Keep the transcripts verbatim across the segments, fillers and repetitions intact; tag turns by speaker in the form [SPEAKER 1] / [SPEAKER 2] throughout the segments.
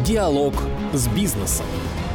[SPEAKER 1] Диалог с бизнесом.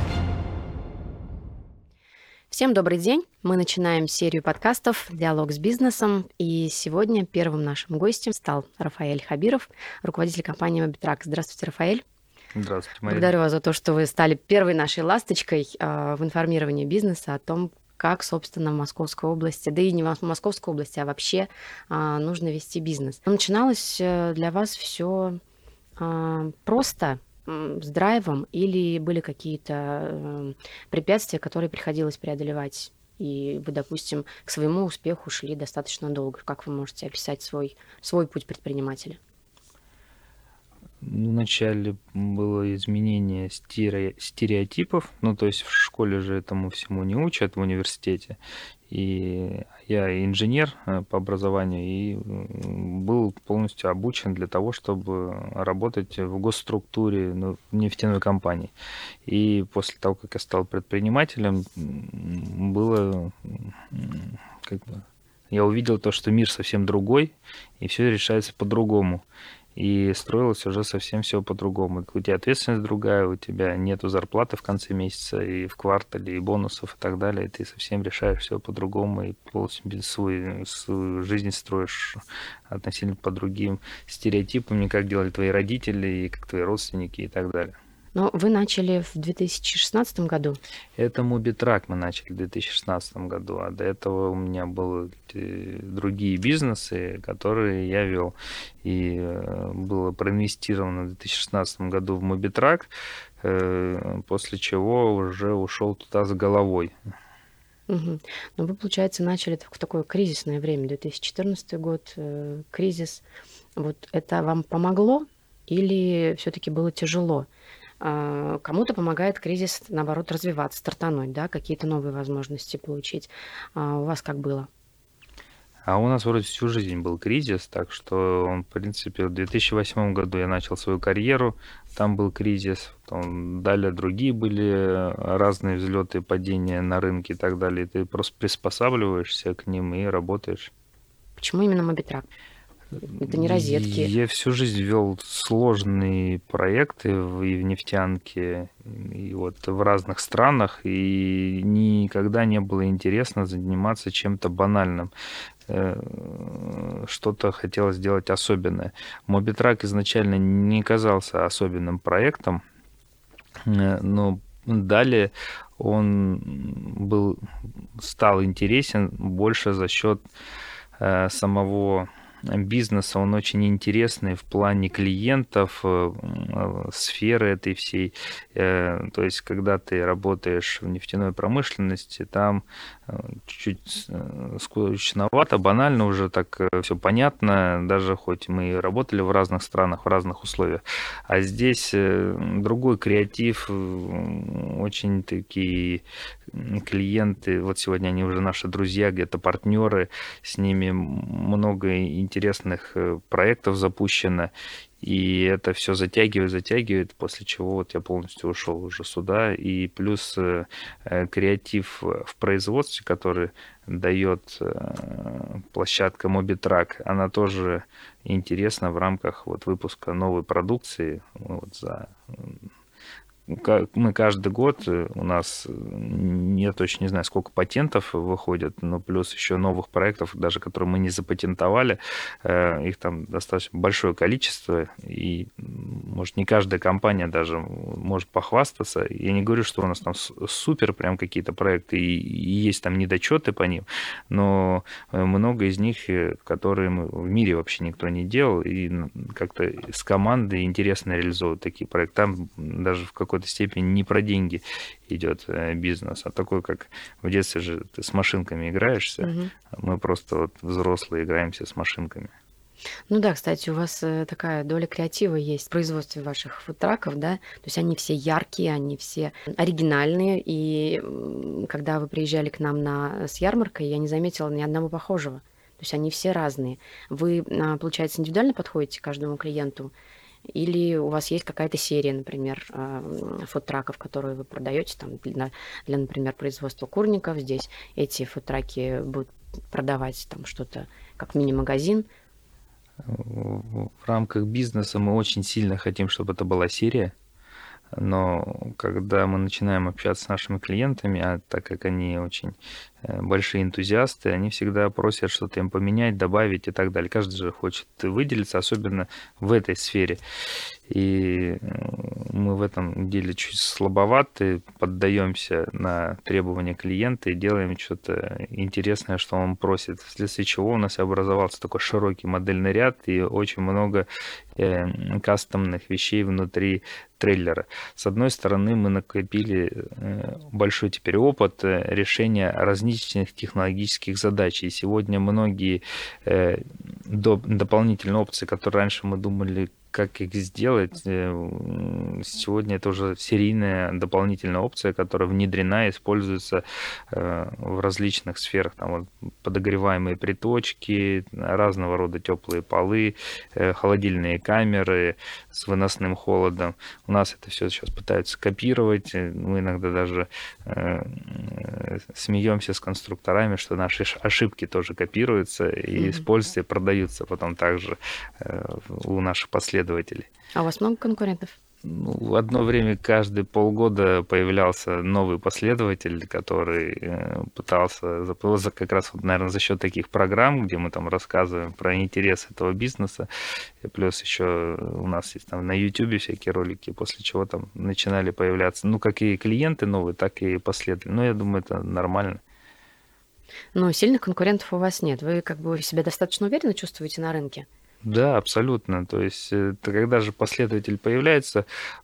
[SPEAKER 2] Всем добрый день. Мы начинаем серию подкастов «Диалог с бизнесом». И сегодня первым нашим гостем стал Рафаэль Хабиров, руководитель компании Mobitrack. Здравствуйте, Рафаэль.
[SPEAKER 3] Здравствуйте, Марина.
[SPEAKER 2] Благодарю вас за то, что вы стали первой нашей ласточкой в информировании бизнеса о том, как, собственно, в Московской области, да и не в Московской области, а вообще нужно вести бизнес. Начиналось для вас все просто, с драйвом, или были какие-то препятствия, которые приходилось преодолевать, и вы, допустим, к своему успеху шли достаточно долго? Как вы можете описать свой, свой путь предпринимателя?
[SPEAKER 3] Вначале было изменение стере- стереотипов, ну, то есть в школе же этому всему не учат, в университете. И я инженер по образованию и был полностью обучен для того, чтобы работать в госструктуре, ну, в нефтяной компании. И после того, как я стал предпринимателем, было как бы я увидел то, что мир совсем другой, и все решается по-другому. И строилось уже совсем все по-другому. У тебя ответственность другая, у тебя нету зарплаты в конце месяца и в квартале, и бонусов, и так далее. И ты совсем решаешь все по-другому, и полностью свою, свою жизнь строишь относительно по другим стереотипам, не как делали твои родители, и как твои родственники, и так далее.
[SPEAKER 2] Но вы начали в две тысячи шестнадцатом году? Это
[SPEAKER 3] Mobitrack мы начали в две тысячи шестнадцатом году, а до этого у меня были другие бизнесы, которые я вел. И было проинвестировано в две тысячи шестнадцатом году в Mobitrack, после чего уже ушел туда с головой.
[SPEAKER 2] Угу. Но вы, получается, начали в такое кризисное время, две тысячи четырнадцатый год, кризис. Вот это вам помогло или все-таки было тяжело? Кому-то помогает кризис, наоборот, развиваться, стартануть, да, какие-то новые возможности получить. А у вас как было?
[SPEAKER 3] А у нас вроде всю жизнь был кризис, так что, он, в принципе, в две тысячи восьмом году я начал свою карьеру, там был кризис, потом далее другие были разные взлеты и падения на рынке и так далее. Ты просто приспосабливаешься к ним и работаешь.
[SPEAKER 2] Почему именно Mobitrack? Это не розетки.
[SPEAKER 3] Я всю жизнь вел сложные проекты и в нефтянке, и вот в разных странах, и никогда не было интересно заниматься чем-то банальным. Что-то хотелось сделать особенное. Mobitrack изначально не казался особенным проектом, но далее он был, стал интересен больше за счет самого бизнеса. Он очень интересный в плане клиентов, сферы этой всей. То есть, когда ты работаешь в нефтяной промышленности, там чуть-чуть скучновато, банально уже так все понятно, даже хоть мы работали в разных странах, в разных условиях. А здесь другой креатив, очень такие клиенты, вот сегодня они уже наши друзья, где-то партнеры, с ними много интересных проектов запущено, и это все затягивает, затягивает, после чего вот я полностью ушел уже сюда, и плюс э, креатив в производстве, который дает э, площадка Mobitrack, она тоже интересна в рамках вот выпуска новой продукции. Вот за Мы каждый год, у нас, я точно не знаю, сколько патентов выходит, но плюс еще новых проектов, даже которые мы не запатентовали, их там достаточно большое количество, и, может, не каждая компания даже может похвастаться. Я не говорю, что у нас там супер прям какие-то проекты, и есть там недочеты по ним, но много из них, которые в мире вообще никто не делал, и как-то с командой интересно реализовывать такие проекты. Там даже в какой-то степени не про деньги идет бизнес, а такой, как в детстве же ты с машинками играешься, угу. Мы просто вот взрослые играемся с машинками.
[SPEAKER 2] Ну да, кстати, у вас такая доля креатива есть в производстве ваших фудтраков, да? То есть они все яркие, они все оригинальные, и когда вы приезжали к нам на, с ярмаркой, я не заметила ни одного похожего. То есть они все разные. Вы, получается, индивидуально подходите к каждому клиенту? Или у вас есть какая-то серия, например, фудтраков, которые вы продаете там для, для, например, производства курников. Здесь эти фудтраки будут продавать там что-то как мини-магазин.
[SPEAKER 3] В рамках бизнеса мы очень сильно хотим, чтобы это была серия. Но когда мы начинаем общаться с нашими клиентами, а так как они очень большие энтузиасты, они всегда просят что-то им поменять, добавить и так далее. Каждый же хочет выделиться, особенно в этой сфере. И мы в этом деле чуть слабоваты, поддаемся на требования клиента и делаем что-то интересное, что он просит. Вследствие чего у нас образовался такой широкий модельный ряд и очень много э, кастомных вещей внутри трейлера. С одной стороны, мы накопили большой теперь опыт решения различных технологических задач. И сегодня многие дополнительные опции, которые раньше мы думали, как их сделать, сегодня это уже серийная дополнительная опция, которая внедрена и используется в различных сферах. Там вот подогреваемые приточки, разного рода теплые полы, холодильные камеры с выносным холодом. У нас это все сейчас пытаются копировать. Мы иногда даже смеемся с конструкторами, что наши ошибки тоже копируются и mm-hmm. используются и продаются потом также у наших последователей.
[SPEAKER 2] А у вас много конкурентов?
[SPEAKER 3] Ну, в одно время каждые полгода появлялся новый последователь, который пытался заполучить как раз, вот, наверное, за счет таких программ, где мы там рассказываем про интерес этого бизнеса. И плюс еще у нас есть там на YouTube всякие ролики, после чего там начинали появляться, ну, как и клиенты новые, так и последователи. Но я думаю, это нормально.
[SPEAKER 2] Но сильных конкурентов у вас нет. Вы как бы себя достаточно уверенно чувствуете на рынке?
[SPEAKER 3] Да, абсолютно. То есть, когда же последователь появляется,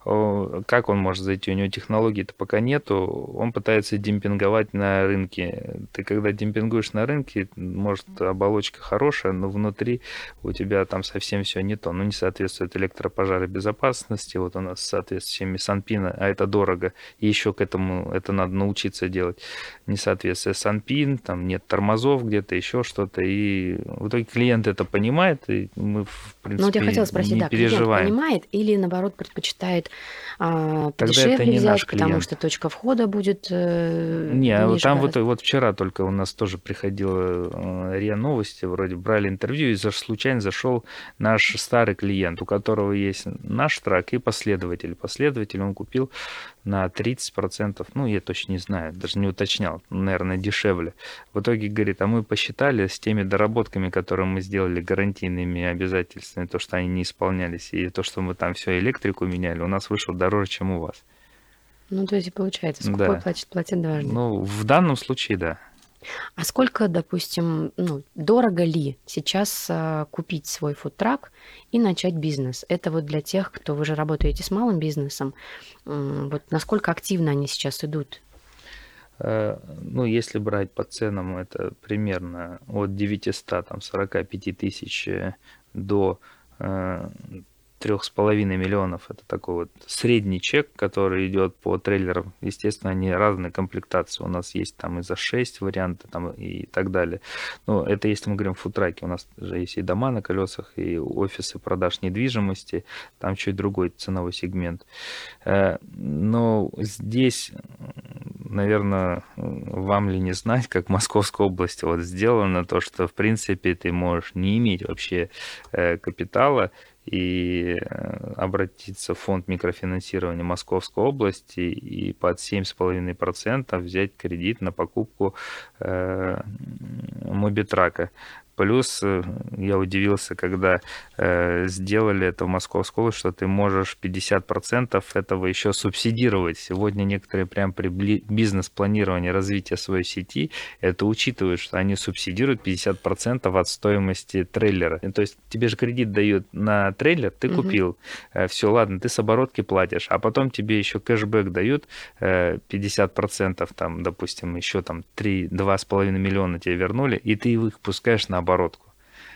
[SPEAKER 3] как он может зайти? У него технологий-то пока нету, он пытается демпинговать на рынке. Ты когда демпингуешь на рынке, может, оболочка хорошая, но внутри у тебя там совсем все не то. Ну, не соответствует электропожаробезопасности, вот у нас соответствующими Санпина, а это дорого, и еще к этому это надо научиться делать. Несоответствие Санпин, там нет тормозов где-то, еще что-то, и в итоге клиент это понимает, и мы, в принципе,
[SPEAKER 2] ну, вот я хотела спросить,
[SPEAKER 3] не
[SPEAKER 2] да,
[SPEAKER 3] переживаем.
[SPEAKER 2] Клиент понимает или, наоборот, предпочитает а,
[SPEAKER 3] Тогда
[SPEAKER 2] подешевле
[SPEAKER 3] это не
[SPEAKER 2] взять,
[SPEAKER 3] наш
[SPEAKER 2] потому
[SPEAKER 3] клиент.
[SPEAKER 2] что точка входа будет э,
[SPEAKER 3] Не,
[SPEAKER 2] ниже
[SPEAKER 3] там вот,
[SPEAKER 2] гораздо.
[SPEAKER 3] вот вчера только у нас тоже приходила РИА Новости, вроде брали интервью, и заш, случайно зашел наш старый клиент, у которого есть наш трак и последователь. Последователь он купил на тридцать процентов, ну, я точно не знаю, даже не уточнял, наверное, дешевле. В итоге, говорит, а мы посчитали с теми доработками, которые мы сделали, гарантийными обязательствами, то, что они не исполнялись, и то, что мы там все электрику меняли, у нас вышло дороже, чем у вас.
[SPEAKER 2] Ну, то есть, получается, скупой
[SPEAKER 3] Да.
[SPEAKER 2] платит, платит дважды.
[SPEAKER 3] Ну, в данном случае, да.
[SPEAKER 2] А сколько, допустим, ну, дорого ли сейчас а, купить свой фудтрак и начать бизнес? Это вот для тех, кто вы же работаете с малым бизнесом, м, вот насколько активно они сейчас идут?
[SPEAKER 3] Э, Ну, если брать по ценам, это примерно от девятисот сорока пяти тысяч э, до э, трех с половиной миллионов. Это такой вот средний чек, который идет по трейлерам. Естественно, они разные комплектации. У нас есть там и за шесть варианты там, и так далее. Но это если мы говорим фудтраки. У нас же есть и дома на колесах, и офисы продаж недвижимости. Там чуть другой ценовой сегмент. Э, Но здесь, наверное, вам ли не знать, как в Московской области вот сделано то, что в принципе ты можешь не иметь вообще э, капитала и обратиться в фонд микрофинансирования Московской области и под семь с половиной процентов взять кредит на покупку э, мобитрака. Плюс я удивился, когда э, сделали это в Московской области, что ты можешь пятьдесят процентов этого еще субсидировать. Сегодня некоторые прям при бизнес-планировании развития своей сети это учитывают, что они субсидируют пятьдесят процентов от стоимости трейлера. То есть тебе же кредит дают на трейлер, ты угу. купил, э, все, ладно, ты с оборотки платишь, а потом тебе еще кэшбэк дают э, пятьдесят процентов, там, допустим, еще там три-два с половиной миллиона тебе вернули, и ты их пускаешь на оборотку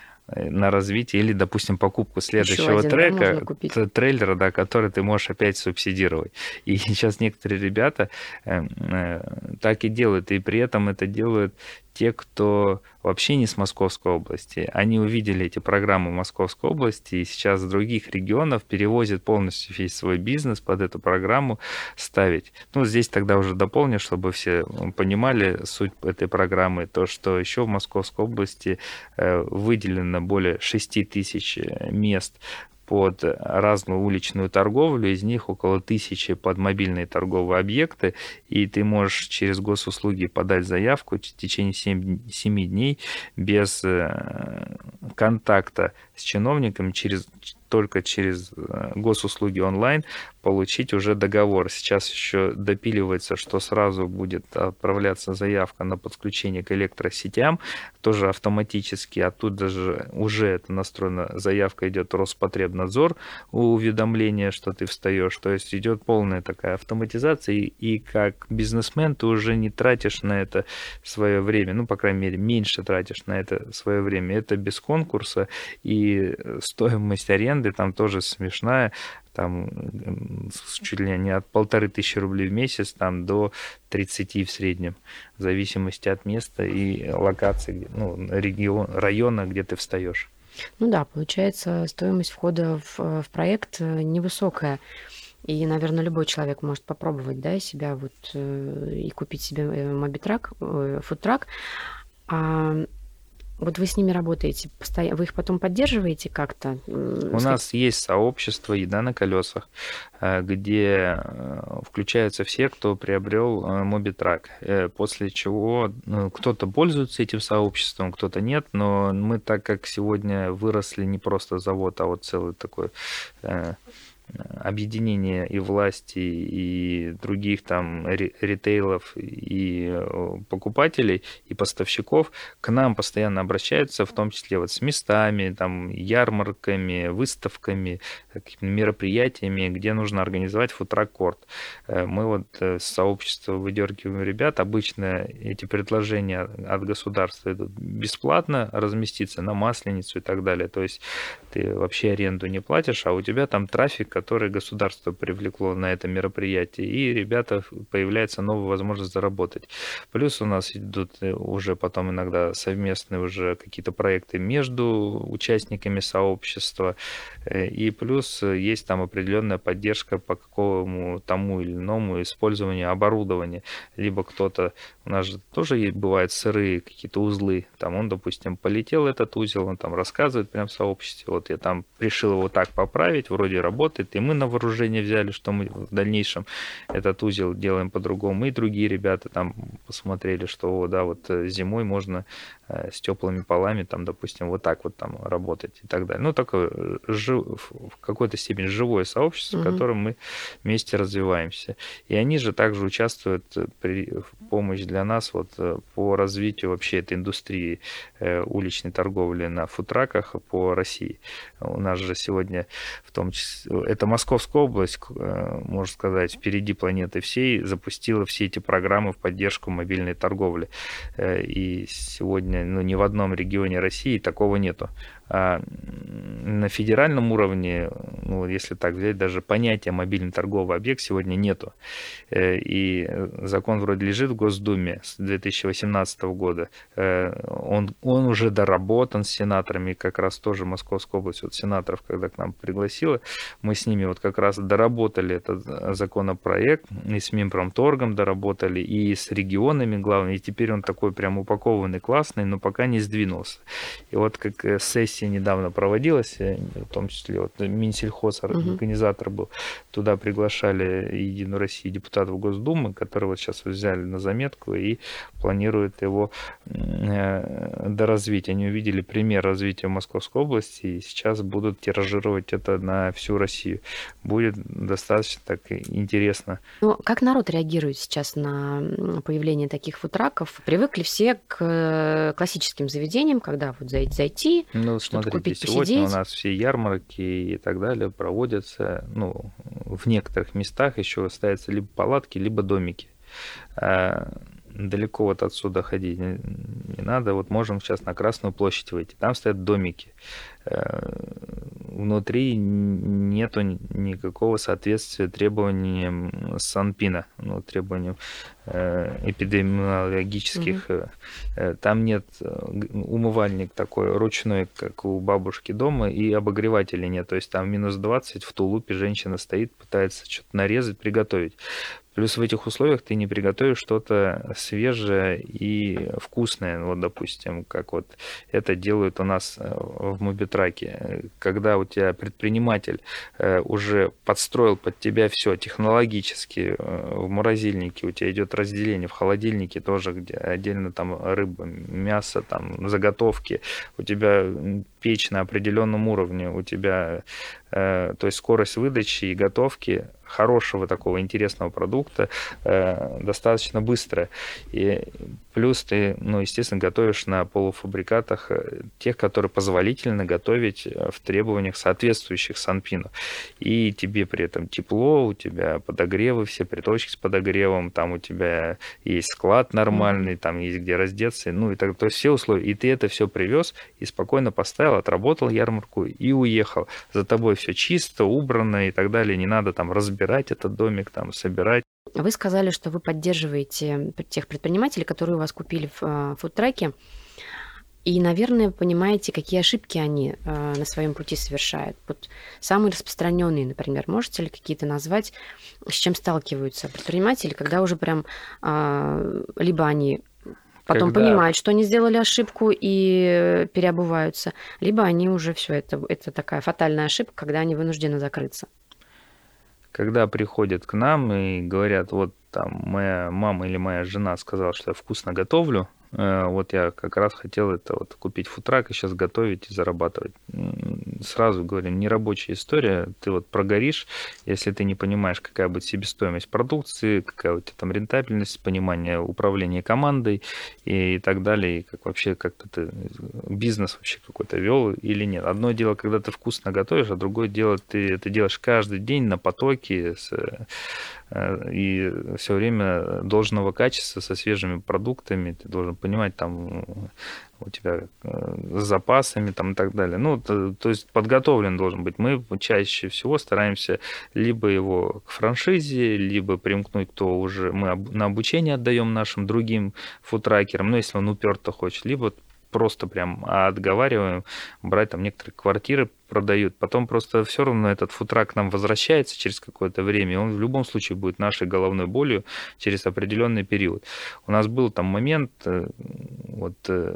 [SPEAKER 3] на развитие или, допустим, покупку следующего трека, трейлера, да, который ты можешь опять субсидировать. И сейчас некоторые ребята э, э, так и делают, и при этом это делают те, кто вообще не с Московской области. Они увидели эти программы в Московской области и сейчас с других регионов перевозят полностью весь свой бизнес под эту программу ставить. Ну, здесь тогда уже дополню, чтобы все понимали суть этой программы, то, что еще в Московской области выделено более шести тысяч мест под разную уличную торговлю, из них около тысячи под мобильные торговые объекты, и ты можешь через госуслуги подать заявку в течение семи дней без контакта с чиновником, через, только через госуслуги онлайн получить уже договор. Сейчас еще допиливается, что сразу будет отправляться заявка на подключение к электросетям, тоже автоматически, оттуда же уже это настроено, заявка идет в Роспотребнадзор, уведомление, что ты встаешь, то есть идет полная такая автоматизация, и, и как бизнесмен ты уже не тратишь на это свое время, ну, по крайней мере, меньше тратишь на это свое время, это без конкурса, и стоимость аренды там тоже смешная, там чуть ли не от полторы тысячи рублей в месяц там, до тридцати в среднем, в зависимости от места и локации, ну, регион, района, где ты встаешь.
[SPEAKER 2] Ну да, получается, стоимость входа в, в проект невысокая. И, наверное, любой человек может попробовать, да, себя вот и купить себе мобитрак, фудтрак. А вот вы с ними работаете, постоянно, вы их потом поддерживаете как-то?
[SPEAKER 3] У нас есть сообщество «Еда на колесах», где включаются все, кто приобрел мобитрак, после чего кто-то пользуется этим сообществом, кто-то нет, но мы, так как сегодня выросли не просто завод, а вот целый такой объединение и власти, и других там ритейлов, и покупателей, и поставщиков к нам постоянно обращаются, в том числе вот с местами, там, ярмарками, выставками, мероприятиями, где нужно организовать фудтрак-корт. Мы вот с сообщества выдергиваем ребят. Обычно эти предложения от государства идут бесплатно разместиться на Масленицу и так далее. То есть ты вообще аренду не платишь, а у тебя там трафик, который государство привлекло на это мероприятие, и ребята, появляется новая возможность заработать. Плюс у нас идут уже потом иногда совместные уже какие-то проекты между участниками сообщества, и плюс есть там определенная поддержка по какому тому или иному использованию оборудования. Либо кто-то, у нас же тоже бывают сырые какие-то узлы, там он, допустим, полетел этот узел, он там рассказывает прям в сообществе, вот я там решил его так поправить, вроде работает, и мы на вооружение взяли, что мы в дальнейшем этот узел делаем по-другому, и другие ребята там посмотрели, что, да, вот зимой можно с теплыми полами, там, допустим, вот так вот там работать и так далее. Ну, такое жив, в какой-то степени живое сообщество, mm-hmm. в котором мы вместе развиваемся. И они же также участвуют при помощи для нас вот по развитию вообще этой индустрии уличной торговли на фудтраках по России. У нас же сегодня в том числе, это Московская область, можно сказать, впереди планеты всей, запустила все эти программы в поддержку мобильной торговли. И сегодня, ну, ни в одном регионе России такого нету. А на федеральном уровне, ну, если так взять, даже понятия мобильный торговый объект сегодня нету. И закон вроде лежит в Госдуме с две тысячи восемнадцатого года. Он, он уже доработан с сенаторами, как раз тоже Московская область, вот сенаторов, когда к нам пригласила, мы с ними вот как раз доработали этот законопроект, и с Минпромторгом доработали, и с регионами, главное, и теперь он такой прям упакованный, классный, но пока не сдвинулся. И вот как сессия недавно проводилась, в том числе вот Минсельхоз организатор был, туда приглашали Единую Россию депутатов Госдумы, которые вот сейчас взяли на заметку и планируют его доразвить. Они увидели пример развития Московской области и сейчас будут тиражировать это на всю Россию. Будет достаточно так интересно.
[SPEAKER 2] Ну, как народ реагирует сейчас на появление таких фудтраков? Привыкли все к классическим заведениям, когда вот зайти,
[SPEAKER 3] ну,
[SPEAKER 2] что-то
[SPEAKER 3] смотрите,
[SPEAKER 2] купить,
[SPEAKER 3] сегодня
[SPEAKER 2] посидеть.
[SPEAKER 3] У нас все ярмарки и так далее проводятся, ну, в некоторых местах еще ставятся либо палатки, либо домики. Далеко вот отсюда ходить не, не надо. Вот можем сейчас на Красную площадь выйти. Там стоят домики. Внутри нету никакого соответствия требованиям Санпина, ну, требованиям эпидемиологических. Mm-hmm. Там нет умывальник такой ручной, как у бабушки дома, и обогревателей нет. То есть там минус двадцать, в тулупе женщина стоит, пытается что-то нарезать, приготовить. Плюс в этих условиях ты не приготовишь что-то свежее и вкусное. Вот, допустим, как вот это делают у нас в Мобитраке. Когда у тебя предприниматель уже подстроил под тебя все технологически, в морозильнике у тебя идет разделение, в холодильнике тоже, где отдельно там рыба, мясо, там заготовки, у тебя печь на определенном уровне, у тебя, э, то есть скорость выдачи и готовки хорошего такого интересного продукта э, достаточно быстро. И плюс ты, ну, естественно, готовишь на полуфабрикатах тех, которые позволительно готовить в требованиях соответствующих Санпину. И тебе при этом тепло, у тебя подогревы, все приточки с подогревом, там у тебя есть склад нормальный, там есть где раздеться, ну и так, то есть все условия. И ты это все привез и спокойно поставил, отработал ярмарку и уехал. За тобой все чисто, убрано и так далее. Не надо там разбирать этот домик, там собирать.
[SPEAKER 2] Вы сказали, что вы поддерживаете тех предпринимателей, которые у вас купили в фудтраке, и, наверное, понимаете, какие ошибки они на своем пути совершают. Вот самые распространенные, например, можете ли какие-то назвать, с чем сталкиваются предприниматели, когда уже прям либо они потом когда... понимают, что они сделали ошибку и переобуваются, либо они уже все это, это такая фатальная ошибка, когда они вынуждены закрыться.
[SPEAKER 3] Когда приходят к нам и говорят, вот там моя мама или моя жена сказала, что я вкусно готовлю, вот я как раз хотел это вот купить фудтрак и сейчас готовить и зарабатывать. Сразу говорю, нерабочая история, ты вот прогоришь, если ты не понимаешь, какая будет себестоимость продукции, какая у тебя там рентабельность, понимание управления командой и так далее, и как вообще как-то ты бизнес вообще какой-то вел или нет. Одно дело, когда ты вкусно готовишь, а другое дело, ты это делаешь каждый день на потоке с, и все время должного качества, со свежими продуктами, ты должен понимать, там у тебя с запасами там, и так далее. Ну, то, то есть подготовлен должен быть. Мы чаще всего стараемся либо его к франшизе, либо примкнуть, кто уже мы на обучение отдаем нашим другим фудтракерам, ну, если он уперто хочет, либо просто прям отговариваем брать, там некоторые квартиры продают, потом просто все равно этот фудтрак к нам возвращается через какое-то время, и он в любом случае будет нашей головной болью через определенный период. У нас был там момент, вот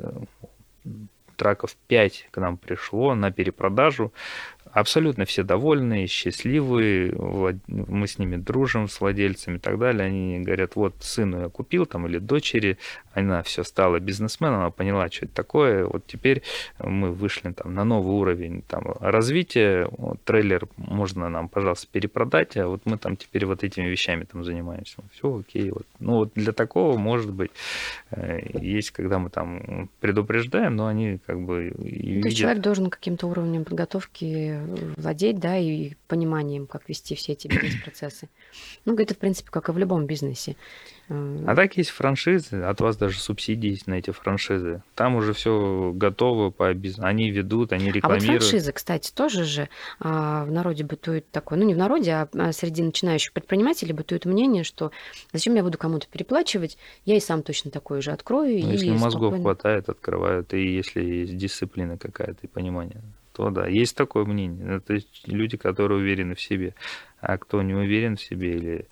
[SPEAKER 3] траков пять к нам пришло на перепродажу, абсолютно все довольны, счастливые, мы с ними дружим, с владельцами и так далее. Они говорят, вот сыну я купил там или дочери, она все стала бизнесменом, она поняла, что это такое. Вот теперь мы вышли там на новый уровень там, развития. Вот, трейлер можно нам, пожалуйста, перепродать, а вот мы там теперь вот этими вещами там занимаемся. Все окей. Вот. Ну вот для такого, может быть, есть, когда мы там предупреждаем, но они как бы и видят.
[SPEAKER 2] То есть человек должен каким-то уровнем подготовки владеть, да, и пониманием, как вести все эти бизнес-процессы. Ну, это, в принципе, как и в любом бизнесе.
[SPEAKER 3] А так есть франшизы, от вас даже субсидии есть на эти франшизы. Там уже все готово по бизнесу. Они ведут, они рекламируют.
[SPEAKER 2] А вот франшизы, кстати, тоже же а, в народе бытует такое, ну, не в народе, а среди начинающих предпринимателей бытует мнение, что зачем я буду кому-то переплачивать, я и сам точно такой же открою.
[SPEAKER 3] Ну,
[SPEAKER 2] и
[SPEAKER 3] если мозгов
[SPEAKER 2] спокойно...
[SPEAKER 3] хватает, открывают, и если есть дисциплина какая-то и понимание, то да, есть такое мнение. Это люди, которые уверены в себе. А кто не уверен в себе или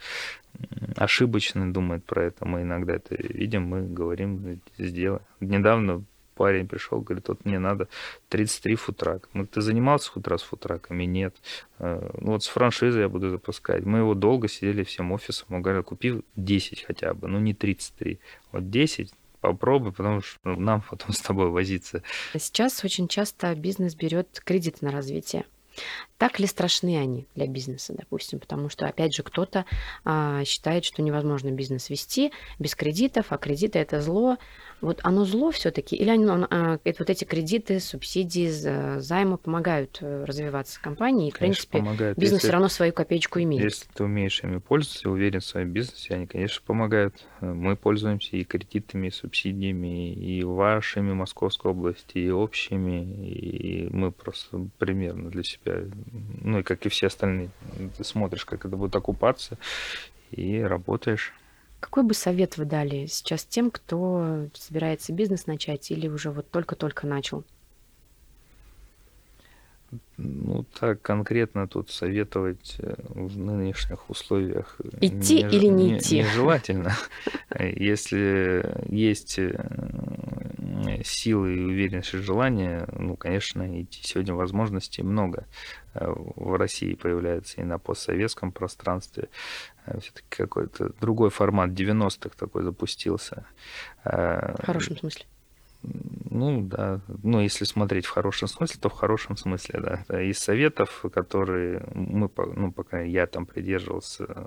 [SPEAKER 3] ошибочно думает про это, мы иногда это видим, мы говорим, сделай. Недавно парень пришел, говорит, вот мне надо тридцать три фудтрака. Мы, ты занимался хоть раз фудтраками? Нет. Ну вот с франшизой я буду запускать. Мы его долго сидели всем офисом, он говорил, купи десять хотя бы, ну не тридцать три. Вот десять попробуй, потому что нам потом с тобой возиться.
[SPEAKER 2] Сейчас очень часто бизнес берет кредиты на развитие. Так ли страшны они для бизнеса, допустим? Потому что, опять же, кто-то а, считает, что невозможно бизнес вести без кредитов, а кредиты – это зло. Вот оно зло все-таки? Или оно, а, это вот эти кредиты, субсидии, займы помогают развиваться компании? И, в
[SPEAKER 3] конечно,
[SPEAKER 2] принципе,
[SPEAKER 3] помогают.
[SPEAKER 2] бизнес
[SPEAKER 3] если,
[SPEAKER 2] все равно свою копеечку имеет.
[SPEAKER 3] Если ты умеешь ими пользоваться, уверен в своем бизнесе, они, конечно, помогают. Мы пользуемся и кредитами, и субсидиями, и вашими Московской области, и общими. И мы просто примерно для себя, ну и как и все остальные, ты смотришь, как это будет окупаться, и работаешь.
[SPEAKER 2] Какой бы совет вы дали сейчас тем, кто собирается бизнес начать или уже вот только-только начал?
[SPEAKER 3] Ну, так конкретно тут советовать в нынешних условиях
[SPEAKER 2] идти не, или не, не идти
[SPEAKER 3] нежелательно. Если есть силы и уверенность и желание, ну, конечно, идти. Сегодня возможностей много в России появляется и на постсоветском пространстве. Все-таки какой-то другой формат девяностых такой запустился.
[SPEAKER 2] В хорошем смысле?
[SPEAKER 3] Ну, да. Ну, если смотреть в хорошем смысле, то в хорошем смысле, да. Из советов, которые мы, ну, пока я там придерживался,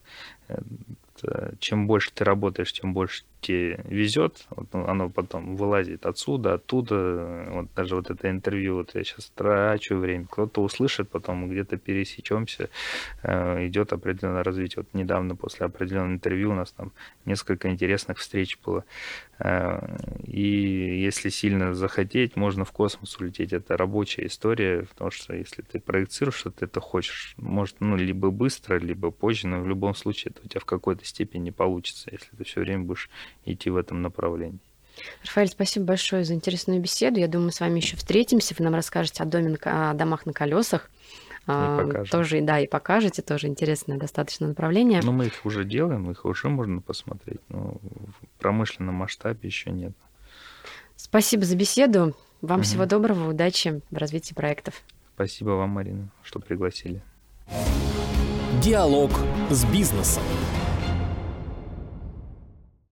[SPEAKER 3] чем больше ты работаешь, тем больше тебе везет. Вот оно потом вылазит отсюда, оттуда. Вот даже вот это интервью, вот я сейчас трачу время, кто-то услышит, потом где-то пересечемся, идет определенное развитие. Вот недавно после определенного интервью у нас там несколько интересных встреч было. И если сильно захотеть, можно в космос улететь. Это рабочая история, потому что если ты проецируешь, что ты это хочешь, может, ну, либо быстро, либо позже, но в любом случае это у тебя в какой-то степени получится, если ты все время будешь идти в этом направлении.
[SPEAKER 2] Рафаэль, спасибо большое за интересную беседу. Я думаю, мы с вами еще встретимся. Вы нам расскажете о, доме, о домах на колесах.
[SPEAKER 3] И
[SPEAKER 2] тоже, да, и покажете, тоже интересное достаточно направление.
[SPEAKER 3] Ну, мы их уже делаем, их уже можно посмотреть, но в промышленном масштабе еще нет.
[SPEAKER 2] Спасибо за беседу. Вам угу. всего доброго, удачи в развитии проектов.
[SPEAKER 3] Спасибо вам, Марина, что пригласили.
[SPEAKER 1] Диалог с бизнесом.